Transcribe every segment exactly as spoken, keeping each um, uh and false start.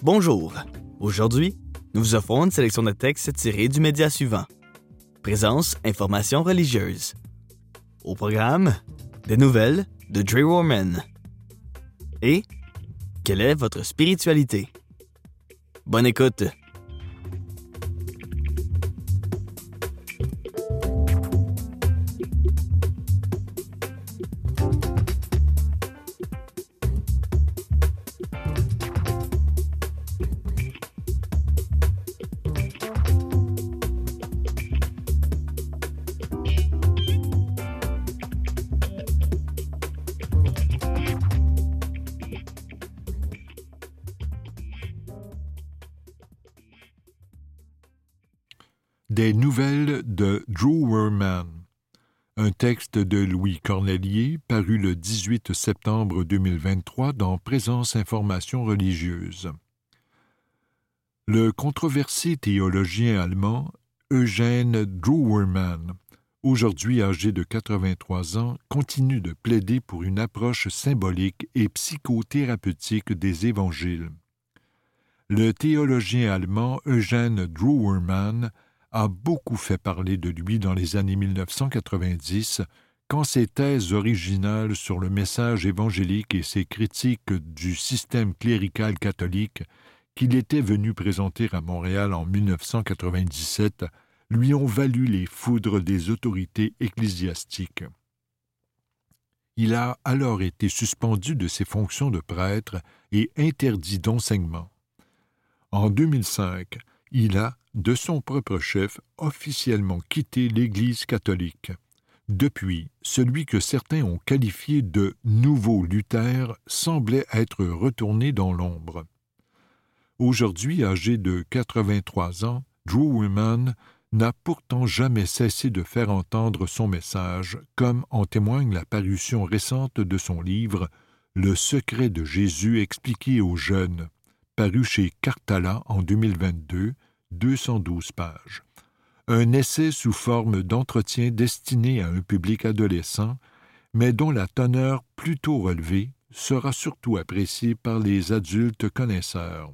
Bonjour. Aujourd'hui, nous vous offrons une sélection de textes tirés du média suivant. Présence, information religieuse. Au programme, des nouvelles de Dre Warman. Et quelle est votre spiritualité? Bonne écoute! Des nouvelles de Drew Warman, un texte de Louis Cornelier paru le dix-huit septembre deux mille vingt-trois dans Présence Information religieuse. Le controversé théologien allemand Eugène Drew Warman, aujourd'hui âgé de quatre-vingt-trois ans, continue de plaider pour une approche symbolique et psychothérapeutique des évangiles. Le théologien allemand Eugène Drew Warman a beaucoup fait parler de lui dans les années mille neuf cent quatre-vingt-dix, quand ses thèses originales sur le message évangélique et ses critiques du système clérical catholique qu'il était venu présenter à Montréal en mille neuf cent quatre-vingt-dix-sept lui ont valu les foudres des autorités ecclésiastiques. Il a alors été suspendu de ses fonctions de prêtre et interdit d'enseignement. En deux mille cinq, il a, de son propre chef, officiellement quitté l'Église catholique. Depuis, celui que certains ont qualifié de « nouveau Luther » semblait être retourné dans l'ombre. Aujourd'hui âgé de quatre-vingt-trois ans, Drew Warman n'a pourtant jamais cessé de faire entendre son message, comme en témoigne la parution récente de son livre « Le secret de Jésus expliqué aux jeunes », paru chez Cartala en deux mille vingt-deux, deux cent douze pages. Un essai sous forme d'entretien destiné à un public adolescent, mais dont la teneur plutôt relevée sera surtout appréciée par les adultes connaisseurs.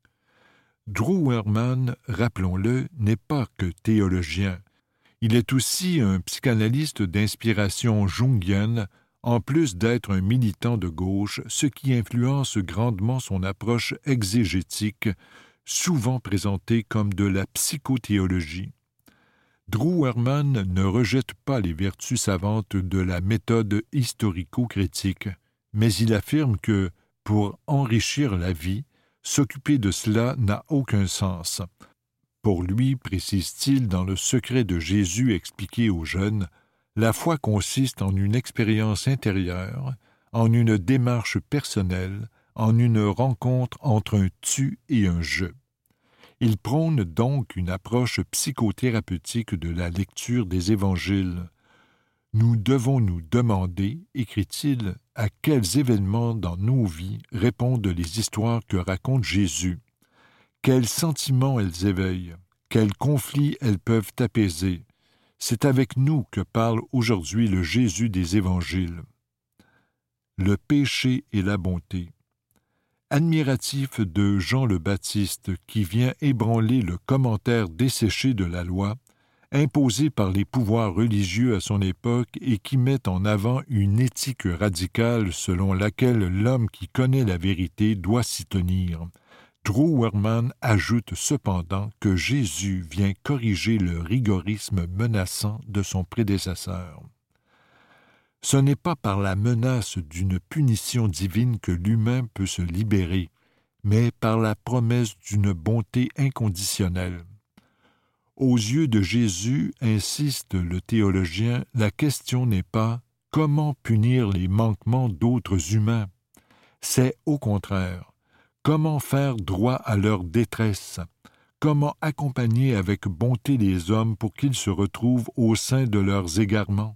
Drew Warman, rappelons-le, n'est pas que théologien. Il est aussi un psychanalyste d'inspiration jungienne, en plus d'être un militant de gauche, ce qui influence grandement son approche exégétique, souvent présentée comme de la psychothéologie. Drew Warman ne rejette pas les vertus savantes de la méthode historico-critique, mais il affirme que, pour enrichir la vie, s'occuper de cela n'a aucun sens. Pour lui, précise-t-il dans Le secret de Jésus expliqué aux jeunes, la foi consiste en une expérience intérieure, en une démarche personnelle, en une rencontre entre un tu et un je. Il prône donc une approche psychothérapeutique de la lecture des évangiles. Nous devons nous demander, écrit-il, à quels événements dans nos vies répondent les histoires que raconte Jésus, quels sentiments elles éveillent, quels conflits elles peuvent apaiser. C'est avec nous que parle aujourd'hui le Jésus des évangiles. Le péché et la bonté. Admiratif de Jean le Baptiste qui vient ébranler le commentaire desséché de la loi, imposé par les pouvoirs religieux à son époque et qui met en avant une éthique radicale selon laquelle l'homme qui connaît la vérité doit s'y tenir, Drew Warman ajoute cependant que Jésus vient corriger le rigorisme menaçant de son prédécesseur. Ce n'est pas par la menace d'une punition divine que l'humain peut se libérer, mais par la promesse d'une bonté inconditionnelle. Aux yeux de Jésus, insiste le théologien, la question n'est pas « comment punir les manquements d'autres humains ?» C'est au contraire « comment faire droit à leur détresse ?» Comment accompagner avec bonté les hommes pour qu'ils se retrouvent au sein de leurs égarements?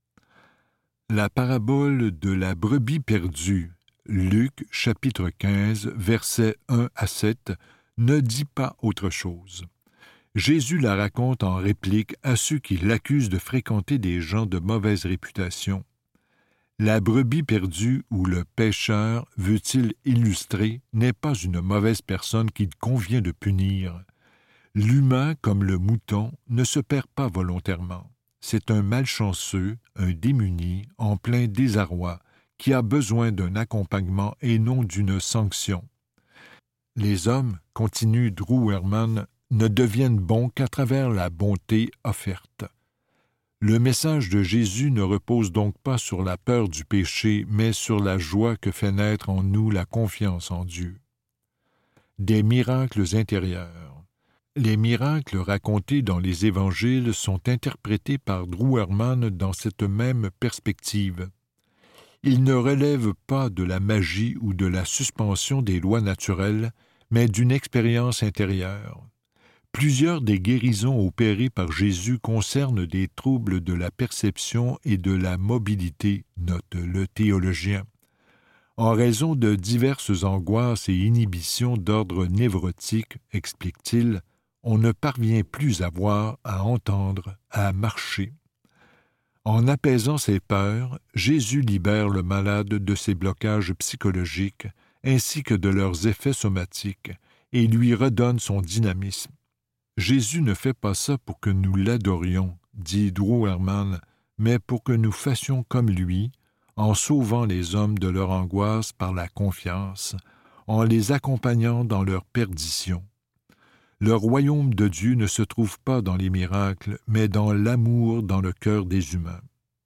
La parabole de la brebis perdue, Luc chapitre quinze, versets un à sept, ne dit pas autre chose. Jésus la raconte en réplique à ceux qui l'accusent de fréquenter des gens de mauvaise réputation. La brebis perdue ou le pécheur, veut-il illustrer, n'est pas une mauvaise personne qu'il convient de punir. L'humain, comme le mouton, ne se perd pas volontairement. C'est un malchanceux, un démuni, en plein désarroi, qui a besoin d'un accompagnement et non d'une sanction. Les hommes, continue Drew Herman, ne deviennent bons qu'à travers la bonté offerte. Le message de Jésus ne repose donc pas sur la peur du péché, mais sur la joie que fait naître en nous la confiance en Dieu. Des miracles intérieurs. Les miracles racontés dans les évangiles sont interprétés par Drew Herman dans cette même perspective. Ils ne relèvent pas de la magie ou de la suspension des lois naturelles, mais d'une expérience intérieure. Plusieurs des guérisons opérées par Jésus concernent des troubles de la perception et de la mobilité, note le théologien. En raison de diverses angoisses et inhibitions d'ordre névrotique, explique-t-il, on ne parvient plus à voir, à entendre, à marcher. En apaisant ses peurs, Jésus libère le malade de ses blocages psychologiques ainsi que de leurs effets somatiques et lui redonne son dynamisme. Jésus ne fait pas ça pour que nous l'adorions, dit Drew Herman, mais pour que nous fassions comme lui, en sauvant les hommes de leur angoisse par la confiance, en les accompagnant dans leur perdition. Le royaume de Dieu ne se trouve pas dans les miracles, mais dans l'amour dans le cœur des humains.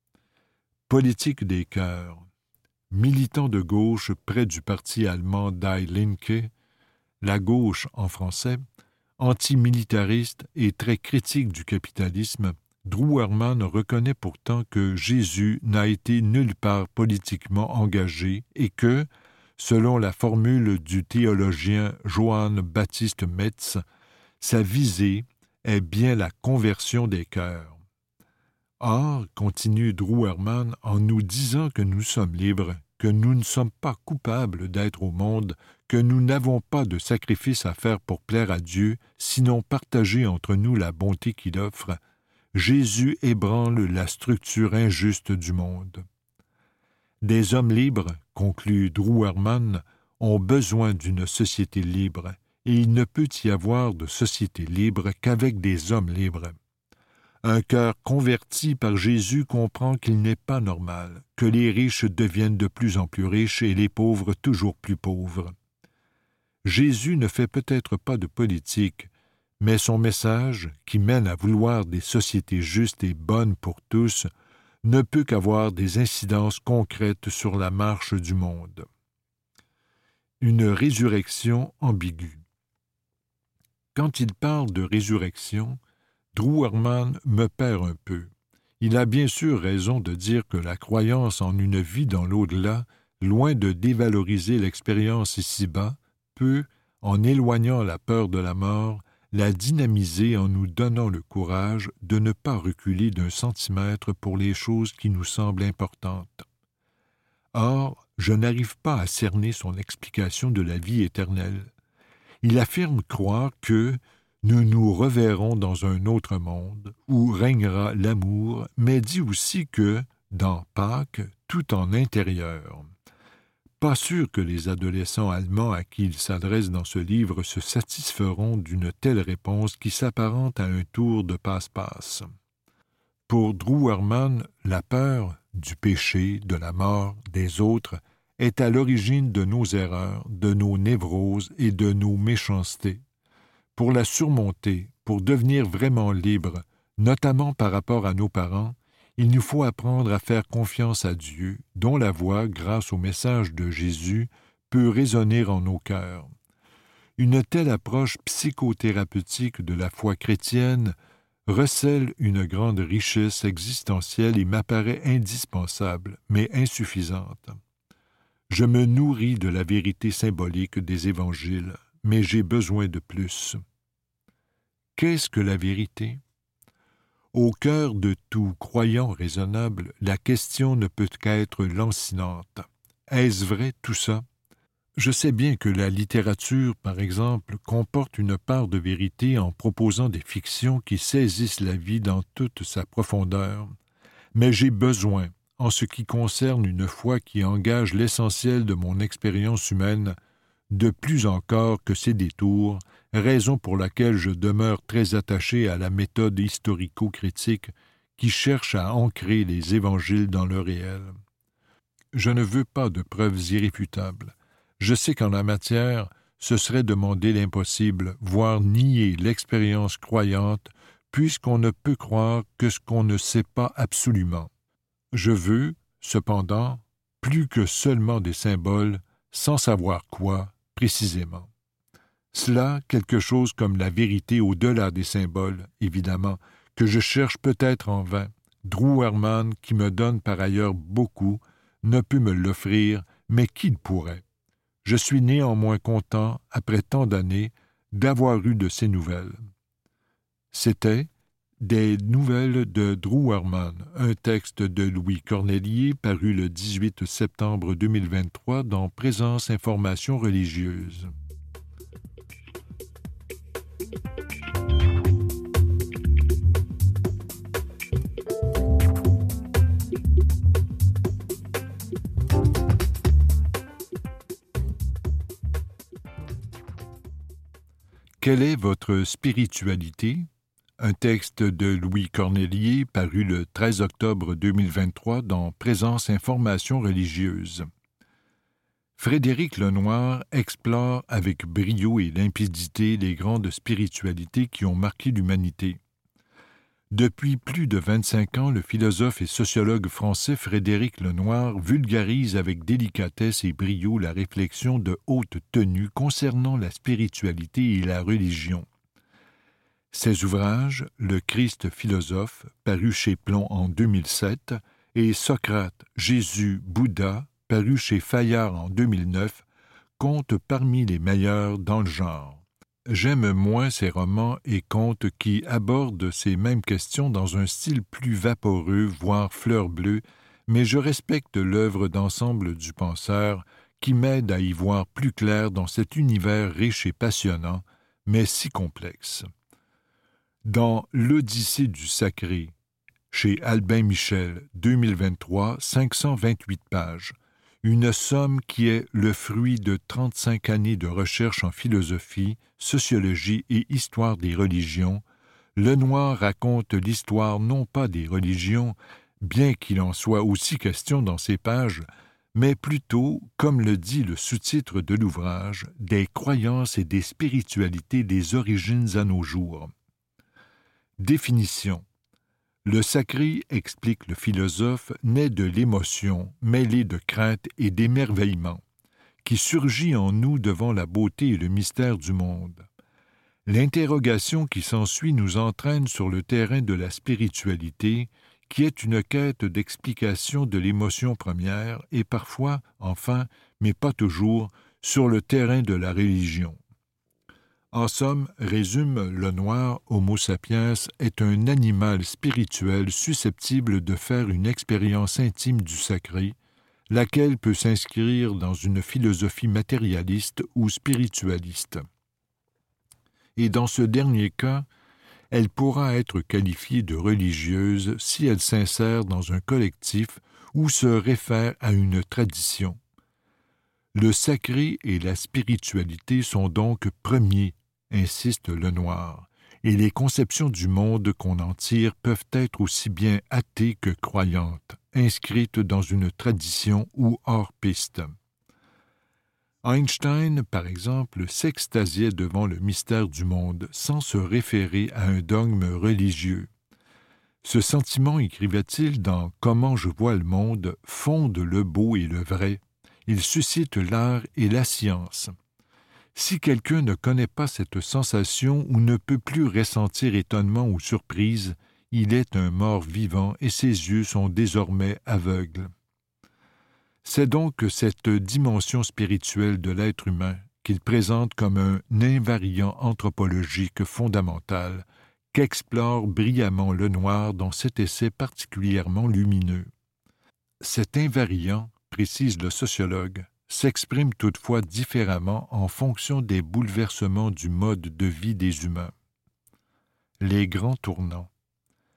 Politique des cœurs. Militant de gauche près du parti allemand Die Linke, la gauche en français, antimilitariste et très critique du capitalisme, Drew Herman reconnaît pourtant que Jésus n'a été nulle part politiquement engagé et que, selon la formule du théologien Johann Baptist Metz, sa visée est bien la conversion des cœurs. Or, continue Drew Herman, en nous disant que nous sommes libres, que nous ne sommes pas coupables d'être au monde, que nous n'avons pas de sacrifice à faire pour plaire à Dieu, sinon partager entre nous la bonté qu'il offre, Jésus ébranle la structure injuste du monde. Des hommes libres, conclut Drew Herman, ont besoin d'une société libre, et il ne peut y avoir de société libre qu'avec des hommes libres. Un cœur converti par Jésus comprend qu'il n'est pas normal, que les riches deviennent de plus en plus riches et les pauvres toujours plus pauvres. Jésus ne fait peut-être pas de politique, mais son message, qui mène à vouloir des sociétés justes et bonnes pour tous, ne peut qu'avoir des incidences concrètes sur la marche du monde. Une résurrection ambiguë. Quand il parle de résurrection, Drew Herman me perd un peu. Il a bien sûr raison de dire que la croyance en une vie dans l'au-delà, loin de dévaloriser l'expérience ici-bas, peut, en éloignant la peur de la mort, la dynamiser en nous donnant le courage de ne pas reculer d'un centimètre pour les choses qui nous semblent importantes. Or, je n'arrive pas à cerner son explication de la vie éternelle. Il affirme croire que nous nous reverrons dans un autre monde où régnera l'amour, mais dit aussi que, dans Pâques, tout en intérieur. Pas sûr que les adolescents allemands à qui il s'adresse dans ce livre se satisferont d'une telle réponse qui s'apparente à un tour de passe-passe. Pour Drew Herman, la peur du péché, de la mort, des autres, est à l'origine de nos erreurs, de nos névroses et de nos méchancetés. Pour la surmonter, pour devenir vraiment libre, notamment par rapport à nos parents, il nous faut apprendre à faire confiance à Dieu, dont la voix, grâce au message de Jésus, peut résonner en nos cœurs. Une telle approche psychothérapeutique de la foi chrétienne recèle une grande richesse existentielle et m'apparaît indispensable, mais insuffisante. Je me nourris de la vérité symbolique des évangiles, mais j'ai besoin de plus. Qu'est-ce que la vérité? Au cœur de tout croyant raisonnable, la question ne peut qu'être lancinante. Est-ce vrai tout ça? Je sais bien que la littérature, par exemple, comporte une part de vérité en proposant des fictions qui saisissent la vie dans toute sa profondeur, mais j'ai besoin, en ce qui concerne une foi qui engage l'essentiel de mon expérience humaine, de plus encore que ses détours, raison pour laquelle je demeure très attaché à la méthode historico-critique qui cherche à ancrer les évangiles dans le réel. Je ne veux pas de preuves irréfutables. Je sais qu'en la matière, ce serait demander l'impossible, voire nier l'expérience croyante, puisqu'on ne peut croire que ce qu'on ne sait pas absolument. Je veux, cependant, plus que seulement des symboles, sans savoir quoi précisément. Cela, quelque chose comme la vérité au-delà des symboles, évidemment, que je cherche peut-être en vain. Drew Herman, qui me donne par ailleurs beaucoup, ne peut me l'offrir, mais qui le pourrait? Je suis néanmoins content, après tant d'années, d'avoir eu de ces nouvelles. C'était Des nouvelles de Drew Herman, un texte de Louis Cornelier paru le dix-huit septembre deux mille vingt-trois dans Présence Information religieuse. Quelle est votre spiritualité? Un texte de Louis Cornelier paru le treize octobre deux mille vingt-trois dans Présence Information religieuse. Frédéric Lenoir explore avec brio et limpidité les grandes spiritualités qui ont marqué l'humanité. Depuis plus de vingt-cinq ans, le philosophe et sociologue français Frédéric Lenoir vulgarise avec délicatesse et brio la réflexion de haute tenue concernant la spiritualité et la religion. Ses ouvrages, Le Christ philosophe, paru chez Plon en deux mille sept, et Socrate, Jésus, Bouddha, paru chez Fayard en deux mille neuf, comptent parmi les meilleurs dans le genre. J'aime moins ces romans et contes qui abordent ces mêmes questions dans un style plus vaporeux, voire fleur bleue, mais je respecte l'œuvre d'ensemble du penseur qui m'aide à y voir plus clair dans cet univers riche et passionnant, mais si complexe. Dans L'Odyssée du sacré, chez Albin Michel, deux mille vingt-trois, cinq cent vingt-huit pages, une somme qui est le fruit de trente-cinq années de recherche en philosophie, sociologie et histoire des religions, Lenoir raconte l'histoire non pas des religions, bien qu'il en soit aussi question dans ces pages, mais plutôt, comme le dit le sous-titre de l'ouvrage, des croyances et des spiritualités des origines à nos jours. Définition. Le sacré, explique le philosophe, naît de l'émotion, mêlée de crainte et d'émerveillement, qui surgit en nous devant la beauté et le mystère du monde. L'interrogation qui s'ensuit nous entraîne sur le terrain de la spiritualité, qui est une quête d'explication de l'émotion première et parfois, enfin, mais pas toujours, sur le terrain de la religion. En somme, résume Lenoir, Homo sapiens est un animal spirituel susceptible de faire une expérience intime du sacré, laquelle peut s'inscrire dans une philosophie matérialiste ou spiritualiste. Et dans ce dernier cas, elle pourra être qualifiée de religieuse si elle s'insère dans un collectif ou se réfère à une tradition. Le sacré et la spiritualité sont donc premiers, insiste Lenoir, et les conceptions du monde qu'on en tire peuvent être aussi bien athées que croyantes, inscrites dans une tradition ou hors piste. Einstein, par exemple, s'extasiait devant le mystère du monde sans se référer à un dogme religieux. Ce sentiment, écrivait-il dans « Comment je vois le monde », fonde le beau et le vrai. Il suscite l'art et la science. Si quelqu'un ne connaît pas cette sensation ou ne peut plus ressentir étonnement ou surprise, il est un mort vivant et ses yeux sont désormais aveugles. C'est donc cette dimension spirituelle de l'être humain qu'il présente comme un invariant anthropologique fondamental qu'explore brillamment Lenoir dans cet essai particulièrement lumineux. Cet invariant, précise le sociologue, s'exprime toutefois différemment en fonction des bouleversements du mode de vie des humains. Les grands tournants.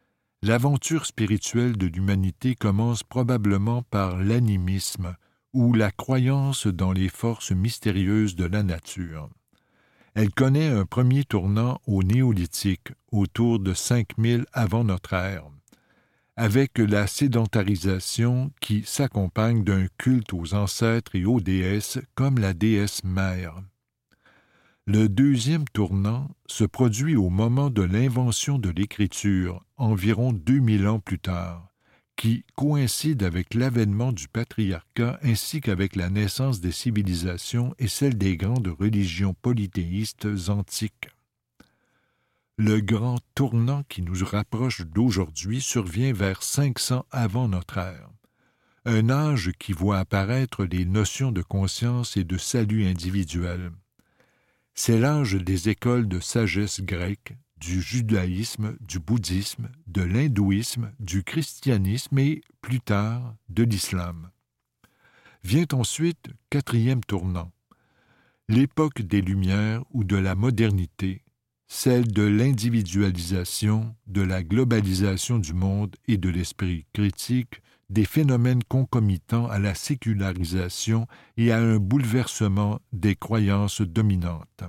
L'aventure spirituelle de l'humanité commence probablement par l'animisme ou la croyance dans les forces mystérieuses de la nature. Elle connaît un premier tournant au néolithique, autour de cinq mille avant notre ère, avec la sédentarisation qui s'accompagne d'un culte aux ancêtres et aux déesses comme la déesse mère. Le deuxième tournant se produit au moment de l'invention de l'écriture, environ deux mille ans plus tard, qui coïncide avec l'avènement du patriarcat ainsi qu'avec la naissance des civilisations et celle des grandes religions polythéistes antiques. Le grand tournant qui nous rapproche d'aujourd'hui survient vers cinq cents avant notre ère, un âge qui voit apparaître les notions de conscience et de salut individuel. C'est l'âge des écoles de sagesse grecque, du judaïsme, du bouddhisme, de l'hindouisme, du christianisme et, plus tard, de l'islam. Vient ensuite, quatrième tournant, l'époque des Lumières ou de la modernité, celle de l'individualisation, de la globalisation du monde et de l'esprit critique, des phénomènes concomitants à la sécularisation et à un bouleversement des croyances dominantes.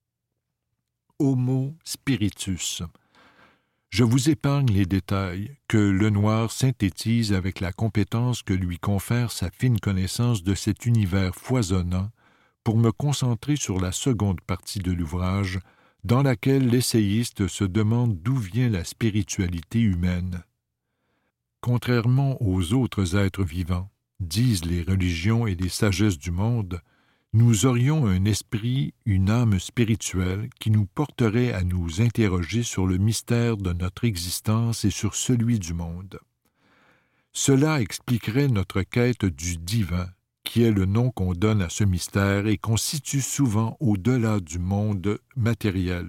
Homo spiritus. Je vous épargne les détails que Lenoir synthétise avec la compétence que lui confère sa fine connaissance de cet univers foisonnant pour me concentrer sur la seconde partie de l'ouvrage, dans laquelle l'essayiste se demande d'où vient la spiritualité humaine. Contrairement aux autres êtres vivants, disent les religions et les sagesses du monde, nous aurions un esprit, une âme spirituelle qui nous porterait à nous interroger sur le mystère de notre existence et sur celui du monde. Cela expliquerait notre quête du divin, qui est le nom qu'on donne à ce mystère et qu'on situe souvent au-delà du monde matériel.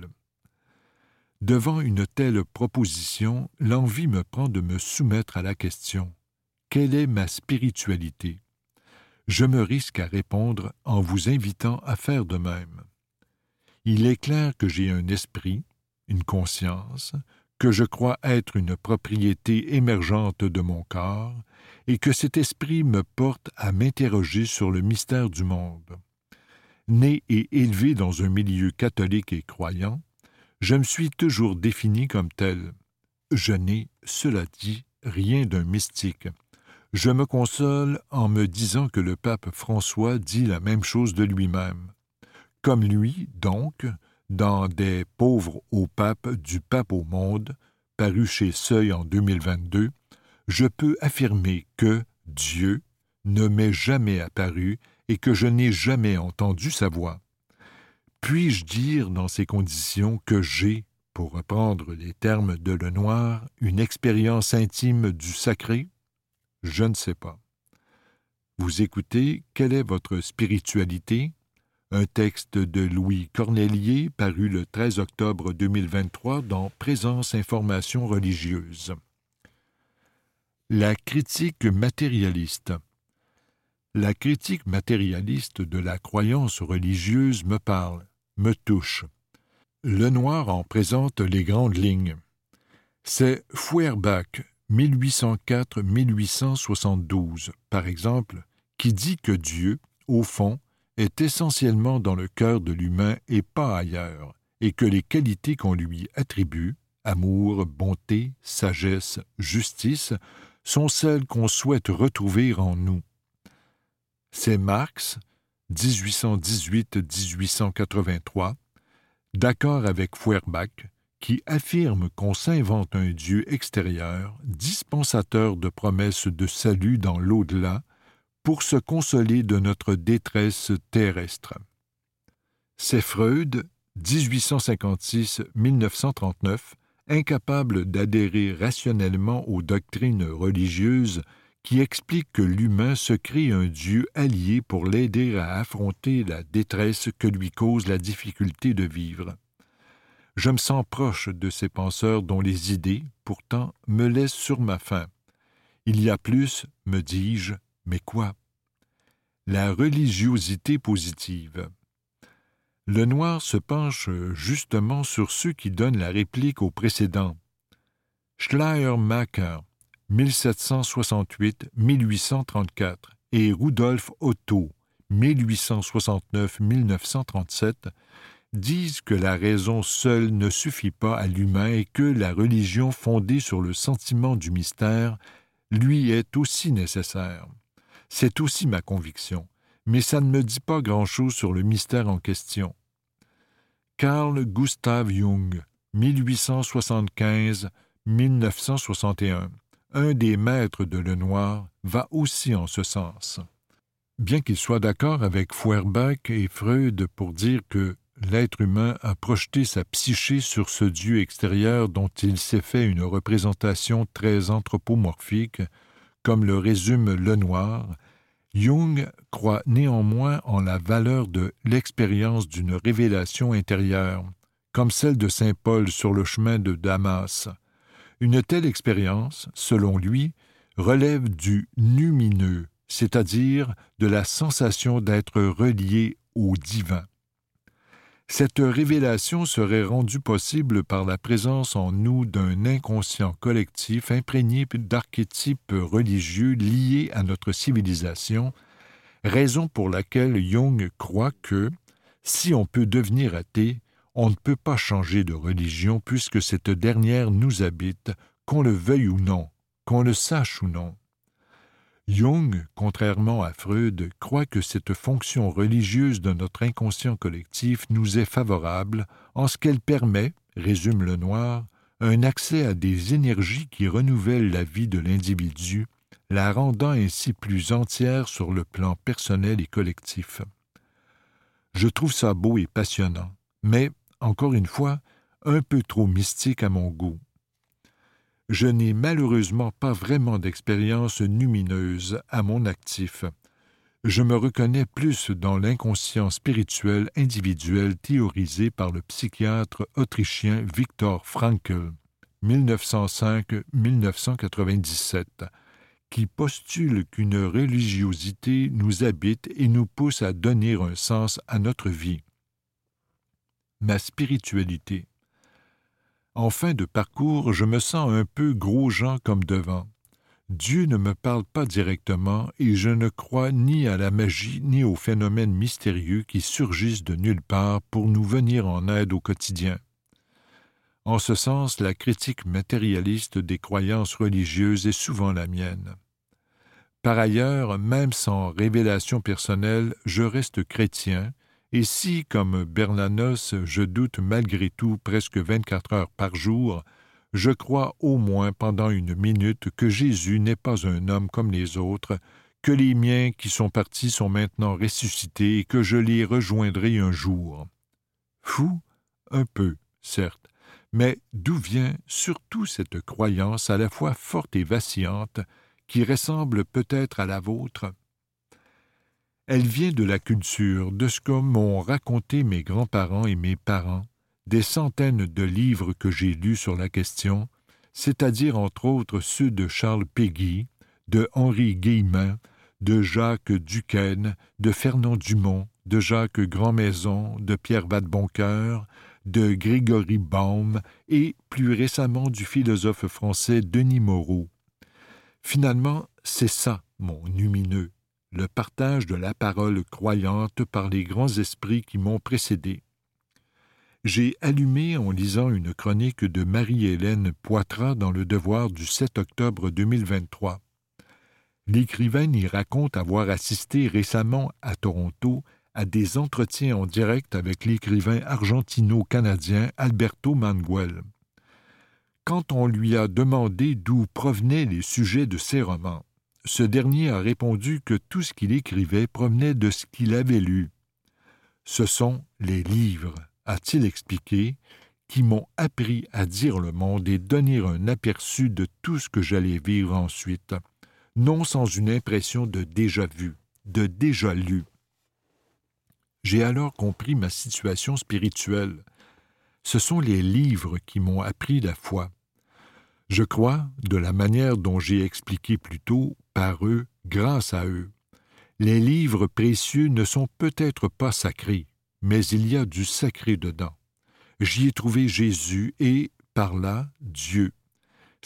Devant une telle proposition, l'envie me prend de me soumettre à la question « Quelle est ma spiritualité ?» Je me risque à répondre en vous invitant à faire de même. Il est clair que j'ai un esprit, une conscience, que je crois être une propriété émergente de mon corps, et que cet esprit me porte à m'interroger sur le mystère du monde. Né et élevé dans un milieu catholique et croyant, je me suis toujours défini comme tel. Je n'ai, cela dit, rien d'un mystique. Je me console en me disant que le pape François dit la même chose de lui-même. Comme lui, donc, dans Des pauvres au pape, du pape au monde, paru chez Seuil en deux mille vingt-deux, je peux affirmer que Dieu ne m'est jamais apparu et que je n'ai jamais entendu sa voix. Puis-je dire dans ces conditions que j'ai, pour reprendre les termes de Lenoir, une expérience intime du sacré? Je ne sais pas. Vous écoutez « Quelle est votre spiritualité ?» Un texte de Louis Cornelier paru le treize octobre deux mille vingt-trois dans Présence Information religieuse. La critique matérialiste. La critique matérialiste de la croyance religieuse me parle, me touche. Lenoir en présente les grandes lignes. C'est Feuerbach, mille huit cent quatre à mille huit cent soixante-douze, par exemple, qui dit que Dieu, au fond, est essentiellement dans le cœur de l'humain et pas ailleurs, et que les qualités qu'on lui attribue, amour, bonté, sagesse, justice, sont celles qu'on souhaite retrouver en nous. C'est Marx, dix-huit cent dix-huit à dix-huit cent quatre-vingt-trois, d'accord avec Feuerbach, qui affirme qu'on s'invente un Dieu extérieur, dispensateur de promesses de salut dans l'au-delà, pour se consoler de notre détresse terrestre. C'est Freud, dix-huit cent cinquante-six à mille neuf cent trente-neuf, incapable d'adhérer rationnellement aux doctrines religieuses qui expliquent que l'humain se crée un Dieu allié pour l'aider à affronter la détresse que lui cause la difficulté de vivre. Je me sens proche de ces penseurs dont les idées, pourtant, me laissent sur ma faim. Il y a plus, me dis-je, mais quoi? La religiosité positive. Lenoir se penche justement sur ceux qui donnent la réplique au précédent. Schleiermacher, mille sept cent soixante-huit à mille huit cent trente-quatre, et Rudolf Otto, mille huit cent soixante-neuf à mille neuf cent trente-sept, disent que la raison seule ne suffit pas à l'humain et que la religion fondée sur le sentiment du mystère lui est aussi nécessaire. C'est aussi ma conviction, mais ça ne me dit pas grand-chose sur le mystère en question. Carl Gustav Jung, mille huit cent soixante-quinze à mille neuf cent soixante et un, un des maîtres de Lenoir, va aussi en ce sens. Bien qu'il soit d'accord avec Feuerbach et Freud pour dire que l'être humain a projeté sa psyché sur ce Dieu extérieur dont il s'est fait une représentation très anthropomorphique, comme le résume Lenoir, Jung croit néanmoins en la valeur de l'expérience d'une révélation intérieure, comme celle de saint Paul sur le chemin de Damas. Une telle expérience, selon lui, relève du numineux, c'est-à-dire de la sensation d'être relié au divin. Cette révélation serait rendue possible par la présence en nous d'un inconscient collectif imprégné d'archétypes religieux liés à notre civilisation, raison pour laquelle Jung croit que, si on peut devenir athée, on ne peut pas changer de religion puisque cette dernière nous habite, qu'on le veuille ou non, qu'on le sache ou non. Jung, contrairement à Freud, croit que cette fonction religieuse de notre inconscient collectif nous est favorable en ce qu'elle permet, résume Lenoir, un accès à des énergies qui renouvellent la vie de l'individu, la rendant ainsi plus entière sur le plan personnel et collectif. Je trouve ça beau et passionnant, mais, encore une fois, un peu trop mystique à mon goût. Je n'ai malheureusement pas vraiment d'expérience numineuse à mon actif. Je me reconnais plus dans l'inconscient spirituel individuel théorisé par le psychiatre autrichien Viktor Frankl, mille neuf cent cinq à mille neuf cent quatre-vingt-dix-sept, qui postule qu'une religiosité nous habite et nous pousse à donner un sens à notre vie. Ma spiritualité. En fin de parcours, je me sens un peu gros-jean comme devant. Dieu ne me parle pas directement et je ne crois ni à la magie ni aux phénomènes mystérieux qui surgissent de nulle part pour nous venir en aide au quotidien. En ce sens, la critique matérialiste des croyances religieuses est souvent la mienne. Par ailleurs, même sans révélation personnelle, je reste chrétien, et si, comme Bernanos, je doute malgré tout presque vingt-quatre heures par jour, je crois au moins pendant une minute que Jésus n'est pas un homme comme les autres, que les miens qui sont partis sont maintenant ressuscités et que je les rejoindrai un jour. Fou? Un peu, certes, mais d'où vient surtout cette croyance à la fois forte et vacillante, qui ressemble peut-être à la vôtre? Elle vient de la culture, de ce que m'ont raconté mes grands-parents et mes parents, des centaines de livres que j'ai lus sur la question, c'est-à-dire entre autres ceux de Charles Péguy, de Henri Guillemin, de Jacques Duquesne, de Fernand Dumont, de Jacques Grandmaison, de Pierre Vadeboncoeur, de Grégory Baum et, plus récemment, du philosophe français Denis Moreau. Finalement, c'est ça, mon numineux, le partage de la parole croyante par les grands esprits qui m'ont précédé. J'ai allumé en lisant une chronique de Marie-Hélène Poitras dans Le Devoir du sept octobre deux mille vingt-trois. L'écrivaine y raconte avoir assisté récemment à Toronto à des entretiens en direct avec l'écrivain argentino-canadien Alberto Manguel. Quand on lui a demandé d'où provenaient les sujets de ses romans, ce dernier a répondu que tout ce qu'il écrivait provenait de ce qu'il avait lu. Ce sont les livres, a-t-il expliqué, qui m'ont appris à dire le monde et donner un aperçu de tout ce que j'allais vivre ensuite, non sans une impression de déjà vu, de déjà lu. J'ai alors compris ma situation spirituelle. Ce sont les livres qui m'ont appris la foi. Je crois, de la manière dont j'ai expliqué plus tôt, par eux, grâce à eux. Les livres précieux ne sont peut-être pas sacrés, mais il y a du sacré dedans. J'y ai trouvé Jésus et, par là, Dieu.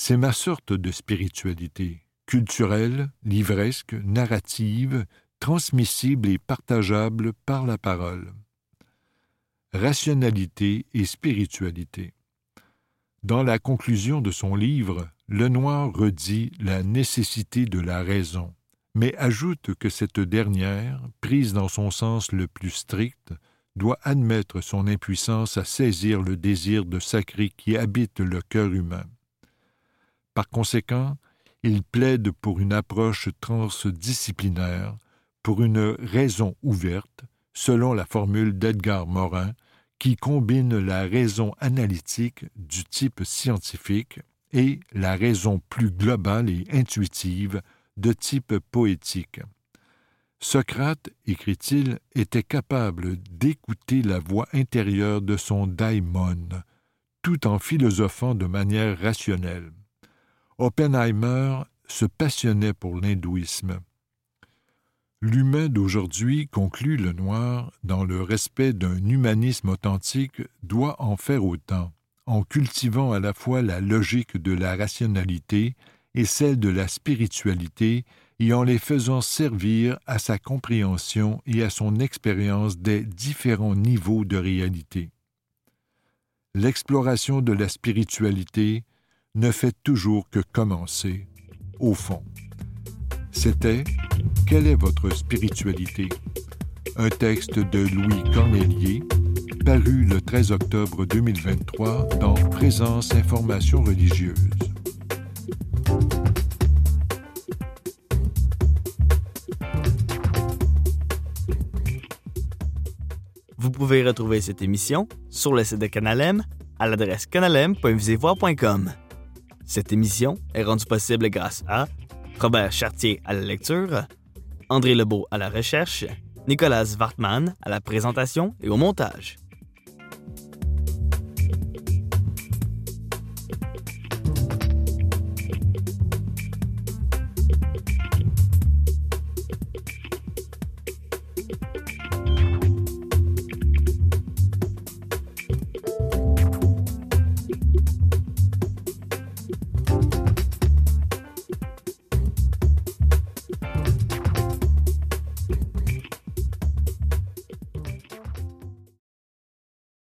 C'est ma sorte de spiritualité, culturelle, livresque, narrative, transmissible et partageable par la parole. Rationalité et spiritualité. Dans la conclusion de son livre, Lenoir redit la nécessité de la raison, mais ajoute que cette dernière, prise dans son sens le plus strict, doit admettre son impuissance à saisir le désir de sacré qui habite le cœur humain. Par conséquent, il plaide pour une approche transdisciplinaire, pour une raison ouverte, selon la formule d'Edgar Morin, qui combine la raison analytique du type scientifique et la raison plus globale et intuitive de type poétique. Socrate, écrit-il, était capable d'écouter la voix intérieure de son daimon, tout en philosophant de manière rationnelle. Oppenheimer se passionnait pour l'hindouisme. L'humain d'aujourd'hui, conclut Lenoir, dans le respect d'un humanisme authentique, doit en faire autant, en cultivant à la fois la logique de la rationalité et celle de la spiritualité, et en les faisant servir à sa compréhension et à son expérience des différents niveaux de réalité. L'exploration de la spiritualité ne fait toujours que commencer, au fond. C'était « Quelle est votre spiritualité ?» Un texte de Louis Cornelier, paru le treize octobre deux mille vingt-trois dans Présence Information religieuse. Vous pouvez retrouver cette émission sur le site de Canal M à l'adresse canalem point visevoir point com. Cette émission est rendue possible grâce à Robert Chartier à la lecture, André Lebeau à la recherche, Nicolas Wartmann à la présentation et au montage.